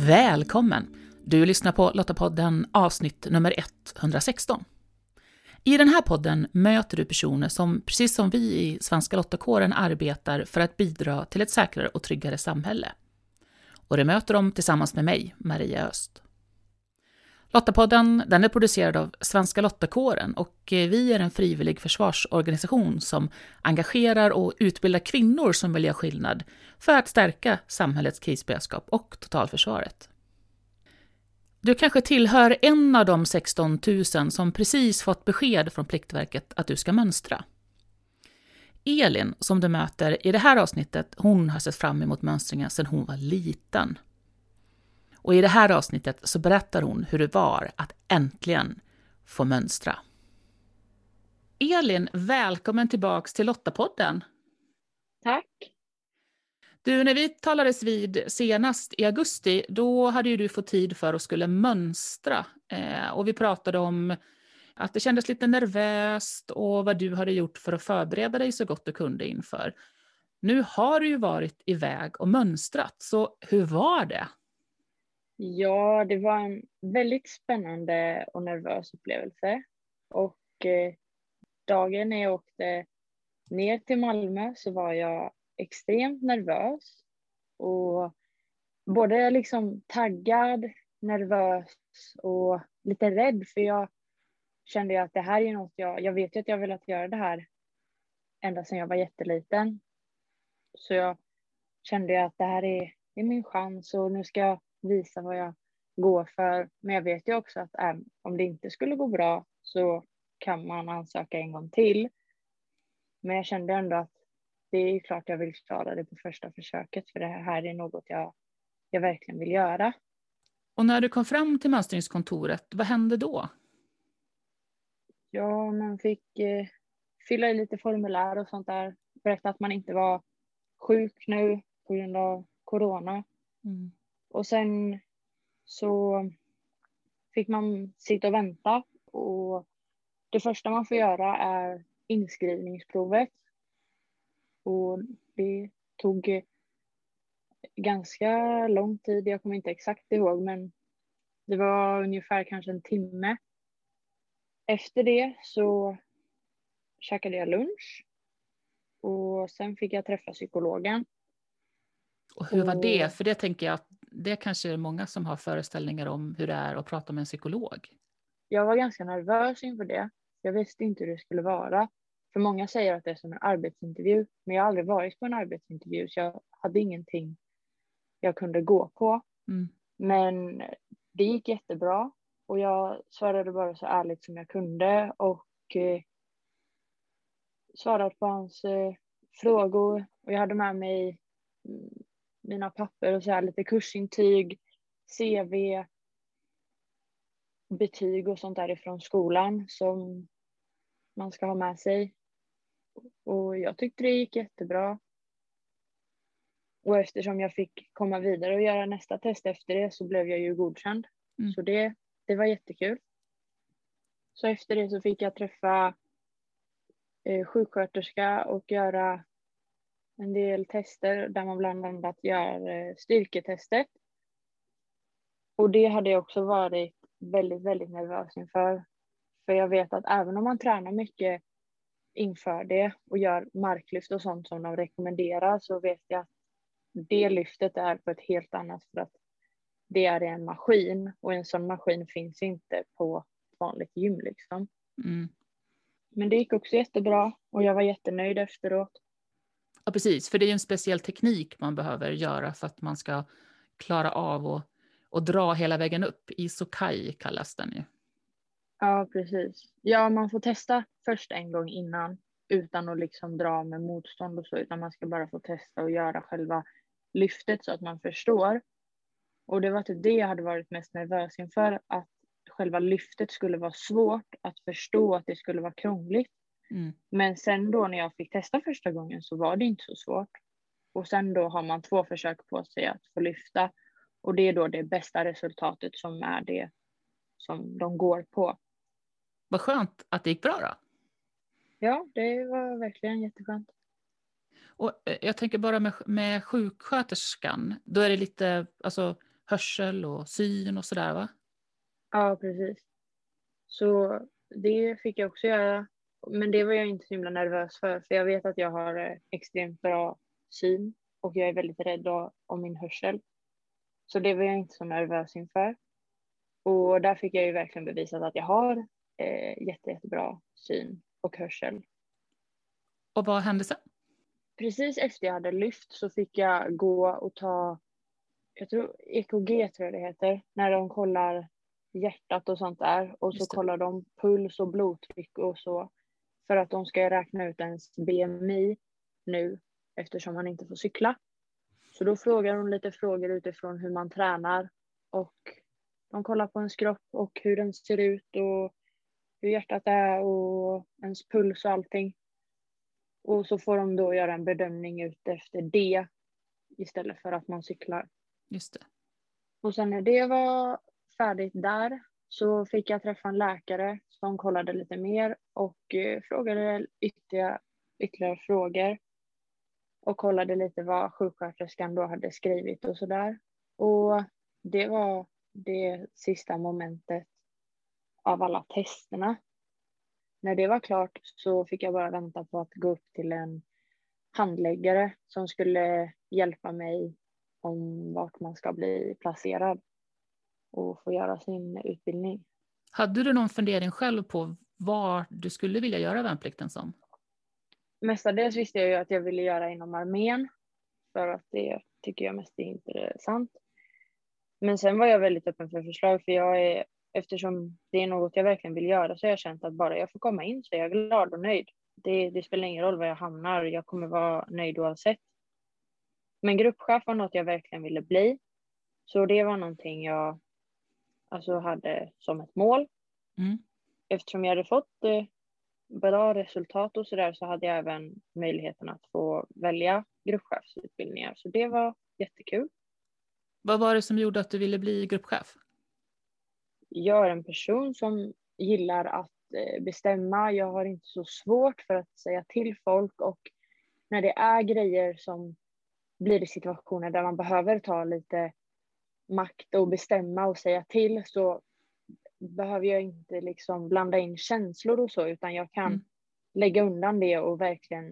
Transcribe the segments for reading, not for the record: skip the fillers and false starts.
Välkommen! Du lyssnar på Lottapodden avsnitt nummer 116. I den här podden möter du personer som, precis som vi i Svenska Lottakåren, arbetar för att bidra till ett säkrare och tryggare samhälle. Och det möter dem tillsammans med mig, Maria Öst. Lottapodden, den är producerad av Svenska Lottakåren och vi är en frivillig försvarsorganisation som engagerar och utbildar kvinnor som vill göra skillnad för att stärka samhällets krisberedskap och totalförsvaret. Du kanske tillhör en av de 16 000 som precis fått besked från Pliktverket att du ska mönstra. Elin, som du möter i det här avsnittet, hon har sett fram emot mönstringen sedan hon var liten. Och i det här avsnittet så berättar hon hur det var att äntligen få mönstra. Elin, välkommen tillbaks till Lottapodden. Tack. Du, när vi talades vid senast i augusti, då hade ju du fått tid för att skulle mönstra. Och vi pratade om att det kändes lite nervöst och vad du hade gjort för att förbereda dig så gott du kunde inför. Nu har du ju varit iväg och mönstrat, så hur var det? Ja, det var en väldigt spännande och nervös upplevelse. Och dagen när jag åkte ner till Malmö så var jag extremt nervös. Och både liksom taggad, nervös och lite rädd. För jag kände att det här är något jag vet ju att jag har velat göra det här ända sedan jag var jätteliten. Så jag kände att det här är min chans och nu ska jag visa vad jag går för. Men jag vet ju också att om det inte skulle gå bra så kan man ansöka en gång till. Men jag kände ändå att det är klart jag vill klara det på första försöket. För det här är något jag verkligen vill göra. Och när du kom fram till mönstringskontoret, vad hände då? Ja, man fick fylla i lite formulär och sånt där. Berätta att man inte var sjuk nu på grund av corona. Mm. Och sen så fick man sitta och vänta. Och det första man får göra är inskrivningsprovet. Och det tog ganska lång tid. Jag kommer inte exakt ihåg, men det var ungefär kanske en timme. Efter det så käkade jag lunch. Och sen fick jag träffa psykologen. Och hur var det? För det tänker jag att det kanske är många som har föreställningar om hur det är att prata med en psykolog. Jag var ganska nervös inför det. Jag visste inte hur det skulle vara. För många säger att det är som en arbetsintervju. Men jag har aldrig varit på en arbetsintervju. Så jag hade ingenting jag kunde gå på. Mm. Men det gick jättebra. Och jag svarade bara så ärligt som jag kunde. Och svarade på hans frågor. Och jag hade med mig mina papper och så här, lite kursintyg, CV, betyg och sånt där ifrån skolan som man ska ha med sig. Och jag tyckte det gick jättebra. Och eftersom jag fick komma vidare och göra nästa test efter det så blev jag ju godkänd. Mm. Så det var jättekul. Så efter det så fick jag träffa sjuksköterska och göra en del tester där man bland annat gör styrketestet. Och det hade jag också varit väldigt, väldigt nervös inför. För jag vet att även om man tränar mycket inför det och gör marklyft och sånt som de rekommenderar så vet jag att det lyftet är på ett helt annat för att det är en maskin och en sån maskin finns inte på ett vanligt gym liksom. Mm. Men det gick också jättebra och jag var jättenöjd efteråt. Ja, precis. För det är ju en speciell teknik man behöver göra för att man ska klara av och dra hela vägen upp. Isokai kallas den ju. Ja, precis. Ja, man får testa först en gång innan utan att liksom dra med motstånd och så. Utan man ska bara få testa och göra själva lyftet så att man förstår. Och det var typ det jag hade varit mest nervös inför. Att själva lyftet skulle vara svårt att förstå, att det skulle vara krångligt. Mm. Men sen då när jag fick testa första gången så var det inte så svårt. Och sen då har man 2 försök på sig att få lyfta. Och det är då det bästa resultatet som är det som de går på. Vad skönt att det gick bra då. Ja, det var verkligen jätteskönt. Och jag tänker bara med sjuksköterskan, då är det lite, alltså hörsel och syn och sådär, va? Ja, precis. Så det fick jag också göra. Men det var jag inte så himla nervös för jag vet att jag har extremt bra syn och jag är väldigt rädd om min hörsel. Så det var jag inte så nervös inför. Och där fick jag ju verkligen bevisat att jag har jättebra syn och hörsel. Och vad hände sen? Precis efter jag hade lyft så fick jag gå och ta, jag tror EKG tror jag det heter, när de kollar hjärtat och sånt där. Och så Just det. kollar de puls och blodtryck och så. För att de ska räkna ut ens BMI nu eftersom man inte får cykla. Så då frågar de lite frågor utifrån hur man tränar. Och de kollar på ens kropp och hur den ser ut och hur hjärtat är och ens puls och allting. Och så får de då göra en bedömning ut efter det istället för att man cyklar. Just det. Och sen när det var färdigt där så fick jag träffa en läkare som kollade lite mer och frågade ytterligare frågor. Och kollade lite vad sjuksköterskan då hade skrivit och sådär. Och det var det sista momentet av alla testerna. När det var klart så fick jag bara vänta på att gå upp till en handläggare som skulle hjälpa mig om vart man ska bli placerad och få göra sin utbildning. Hade du någon fundering själv på vad du skulle vilja göra värnplikten som? Mestadels visste jag ju att jag ville göra inom armén för att det tycker jag mest är intressant. Men sen var jag väldigt öppen för förslag för eftersom det är något jag verkligen vill göra så har jag känt att bara jag får komma in så är jag glad och nöjd. Det spelar ingen roll var jag hamnar, jag kommer vara nöjd oavsett. Men gruppchef var något jag verkligen ville bli. Så det var någonting jag hade som ett mål. Mm. Eftersom jag hade fått bra resultat och sådär så hade jag även möjligheten att få välja gruppchefsutbildningar. Så det var jättekul. Vad var det som gjorde att du ville bli gruppchef? Jag är en person som gillar att bestämma. Jag har inte så svårt för att säga till folk och när det är grejer som blir i situationer där man behöver ta lite makt och bestämma och säga till så behöver jag inte liksom blanda in känslor och så utan jag kan lägga undan det och verkligen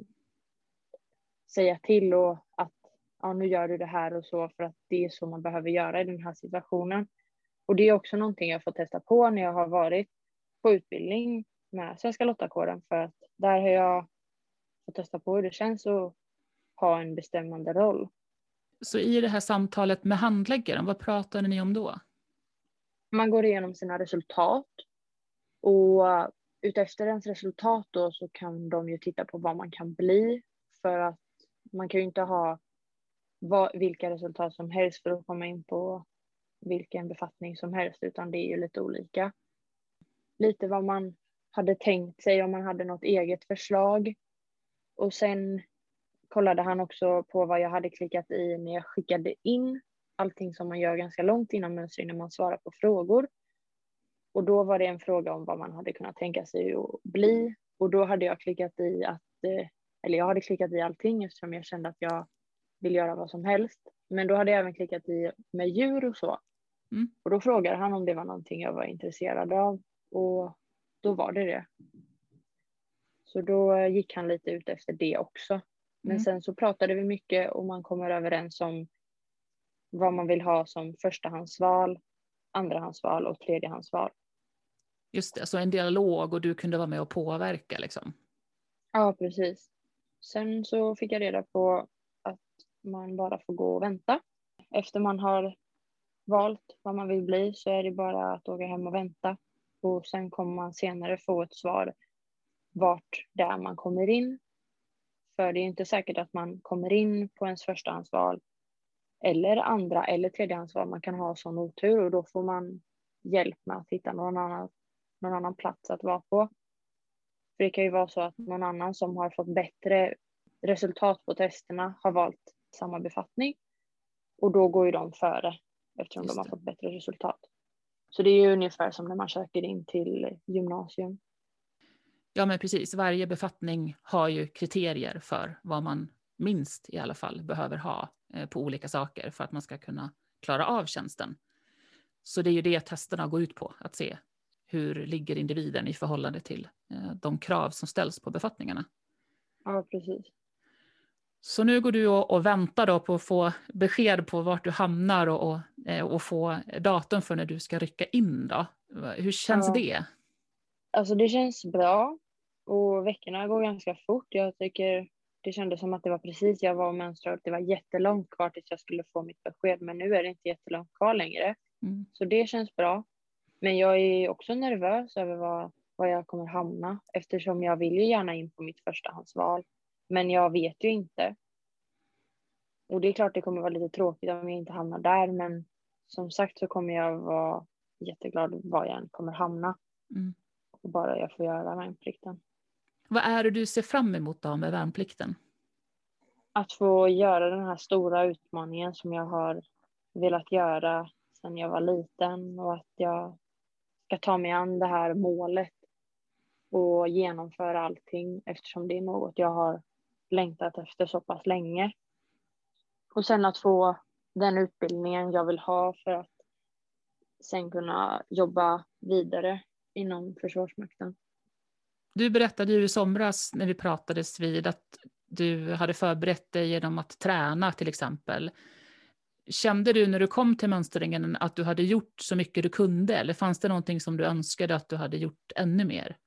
säga till och att ja, nu gör du det här och så för att det är så man behöver göra i den här situationen. Och det är också någonting jag får testa på när jag har varit på utbildning med Svenska Lottakåren för att där har jag fått testa på hur det känns att ha en bestämmande roll. Så i det här samtalet med handläggaren, vad pratade ni om då? Man går igenom sina resultat och utefter ens resultat då så kan de ju titta på vad man kan bli för att man kan ju inte ha vilka resultat som helst för att komma in på vilken befattning som helst utan det är ju lite olika. Lite vad man hade tänkt sig om man hade något eget förslag och sen kollade han också på vad jag hade klickat i när jag skickade in allting som man gör ganska långt innan mönstring när man svarar på frågor. Och då var det en fråga om vad man hade kunnat tänka sig att bli. Och då hade jag klickat i jag hade klickat i allting eftersom jag kände att jag vill göra vad som helst. Men då hade jag även klickat i med djur och så. Mm. Och då frågade han om det var någonting jag var intresserad av. Och då var det. Så då gick han lite ut efter det också. Men sen så pratade vi mycket och man kommer överens om vad man vill ha som förstahandsval, andrahandsval och tredjehandsval. Just det, så en dialog och du kunde vara med och påverka liksom. Ja, precis. Sen så fick jag reda på att man bara får gå och vänta. Efter man har valt vad man vill bli så är det bara att åka hem och vänta. Och sen kommer man senare få ett svar vart där man kommer in. För det är inte säkert att man kommer in på ens förstahandsval eller andra eller tredjehandsval. Man kan ha sån otur och då får man hjälp med att hitta någon annan plats att vara på. För det kan ju vara så att någon annan som har fått bättre resultat på testerna har valt samma befattning. Och då går ju de före eftersom de har fått bättre resultat. Så det är ju ungefär som när man söker in till gymnasium. Ja men precis, varje befattning har ju kriterier för vad man minst i alla fall behöver ha på olika saker för att man ska kunna klara av tjänsten. Så det är ju det testerna går ut på, att se hur ligger individen i förhållande till de krav som ställs på befattningarna. Ja, precis. Så nu går du och väntar då på att få besked på vart du hamnar och få datum för när du ska rycka in då. Hur känns det? Alltså det känns bra och veckorna går ganska fort. Jag tycker det kändes som att det var precis jag var och mönstrade. Det var jättelångt kvar tills jag skulle få mitt besked, men nu är det inte jättelångt kvar längre. Så det känns bra. Men jag är också nervös över var jag kommer hamna, eftersom jag vill ju gärna in på mitt förstahandsval. Men jag vet ju inte. Och det är klart det kommer vara lite tråkigt om jag inte hamnar där, men som sagt så kommer jag vara jätteglad var jag än kommer hamna. Och bara jag får göra värnplikten. Vad är det du ser fram emot då med värnplikten? Att få göra den här stora utmaningen som jag har velat göra sedan jag var liten, och att jag ska ta mig an det här målet och genomföra allting, eftersom det är något jag har längtat efter så pass länge. Och sen att få den utbildningen jag vill ha för att sen kunna jobba vidare inom Försvarsmakten. Du berättade ju i somras när vi pratades vid att du hade förberett dig genom att träna till exempel. Kände du när du kom till mönstringen att du hade gjort så mycket du kunde, eller fanns det någonting som du önskade att du hade gjort ännu mer?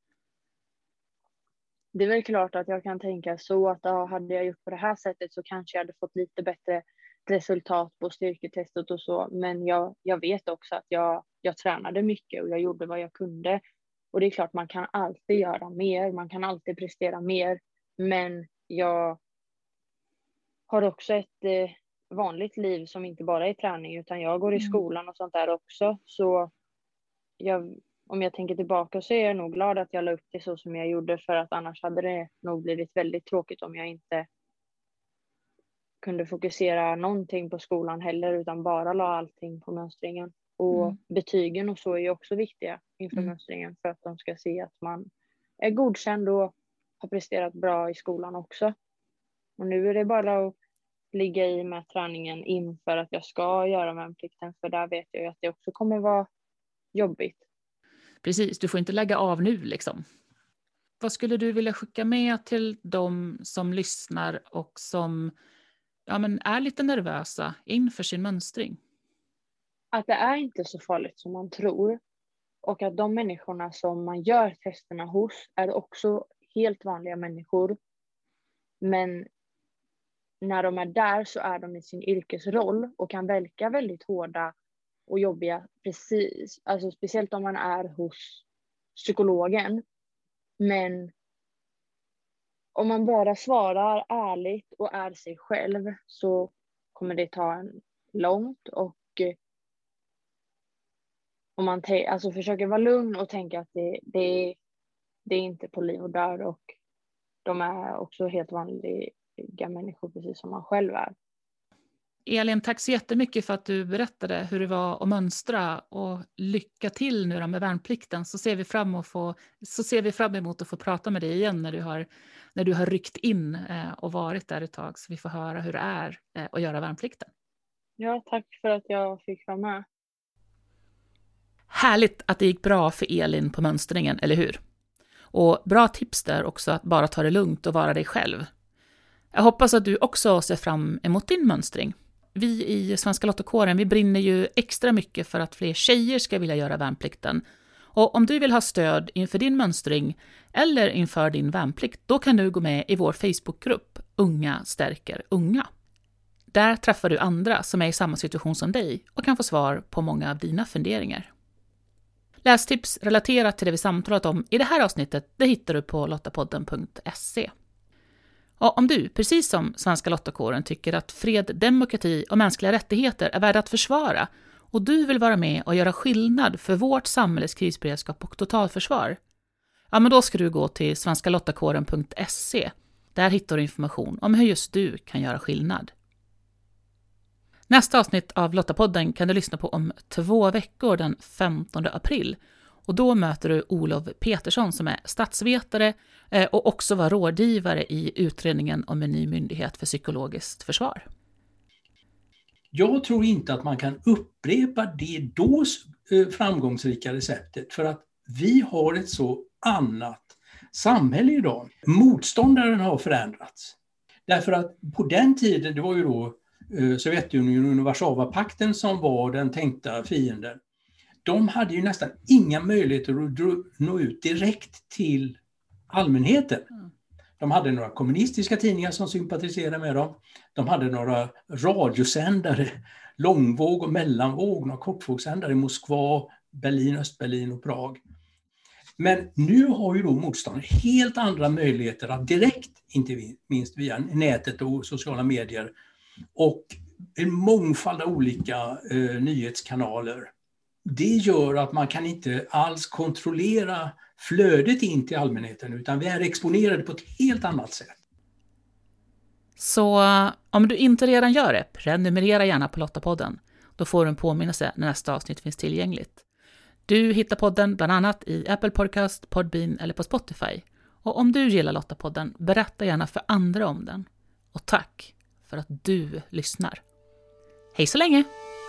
Det är väl klart att jag kan tänka så att hade jag gjort på det här sättet så kanske jag hade fått lite bättre resultat på styrketestet och så. Men jag vet också att jag tränade mycket och jag gjorde vad jag kunde. Och det är klart man kan alltid göra mer, man kan alltid prestera mer. Men jag har också ett vanligt liv som inte bara är träning, utan jag går i skolan och sånt där också. Så om jag tänker tillbaka så är jag nog glad att jag la upp det så som jag gjorde, för att annars hade det nog blivit väldigt tråkigt om jag inte kunde fokusera någonting på skolan heller, utan bara la allting på mönstringen. Och betygen och så är ju också viktiga inför mönstringen, för att de ska se att man är godkänd och har presterat bra i skolan också. Och nu är det bara att ligga i med träningen inför att jag ska göra värnplikten, för där vet jag ju att det också kommer vara jobbigt. Precis, du får inte lägga av nu liksom. Vad skulle du vilja skicka med till de som lyssnar och som är lite nervösa inför sin mönstring? Att det är inte så farligt som man tror. Och att de människorna som man gör testerna hos är också helt vanliga människor. Men när de är där så är de i sin yrkesroll och kan verka väldigt hårda och jobbiga, precis. Alltså speciellt om man är hos psykologen. Men om man bara svarar ärligt och är sig själv så kommer det ta en långt. Och om man försöker vara lugn och tänka att det är inte på liv och död, och de är också helt vanliga människor precis som man själv är. Elin, tack så jättemycket för att du berättade hur det var att mönstra, och lycka till nu med värnplikten, så ser vi fram emot att få prata med dig igen när du har ryckt in och varit där ett tag, så vi får höra hur det är att göra värnplikten. Ja, tack för att jag fick vara med. Härligt att det gick bra för Elin på mönstringen, eller hur? Och bra tips där också, att bara ta det lugnt och vara dig själv. Jag hoppas att du också ser fram emot din mönstring. Vi i Svenska Lottakåren, vi brinner ju extra mycket för att fler tjejer ska vilja göra värnplikten. Och om du vill ha stöd inför din mönstring eller inför din värnplikt, då kan du gå med i vår Facebookgrupp Unga stärker unga. Där träffar du andra som är i samma situation som dig och kan få svar på många av dina funderingar. Lästips relaterat till det vi samtalat om i det här avsnittet, det hittar du på lottapodden.se. Och om du, precis som Svenska Lottakåren, tycker att fred, demokrati och mänskliga rättigheter är värda att försvara, och du vill vara med och göra skillnad för vårt samhälles krisberedskap och totalförsvar, men då ska du gå till svenskalottakåren.se. Där hittar du information om hur just du kan göra skillnad. Nästa avsnitt av Lottapodden kan du lyssna på om 2 veckor den 15 april. Och då möter du Olof Petersson som är statsvetare och också var rådgivare i utredningen om en ny myndighet för psykologiskt försvar. Jag tror inte att man kan upprepa det då framgångsrika receptet, för att vi har ett så annat samhälle idag. Motståndaren har förändrats. Därför att på den tiden, det var ju då Sovjetunionen och Warszawapakten som var den tänkta fienden. De hade ju nästan inga möjligheter att nå ut direkt till allmänheten. De hade några kommunistiska tidningar som sympatiserade med dem. De hade några radiosändare, långvåg och mellanvåg, några kortvågssändare i Moskva, Berlin, Östberlin och Prag. Men nu har ju då motståndare helt andra möjligheter att direkt, inte minst via nätet och sociala medier och en mångfald av olika nyhetskanaler. Det gör att man kan inte alls kontrollera flödet in till allmänheten, utan vi är exponerade på ett helt annat sätt. Så om du inte redan gör det, prenumerera gärna på Lottapodden. Då får du en påminnelse när nästa avsnitt finns tillgängligt. Du hittar podden bland annat i Apple Podcast, Podbean eller på Spotify. Och om du gillar Lottapodden, berätta gärna för andra om den. Och tack för att du lyssnar. Hej så länge!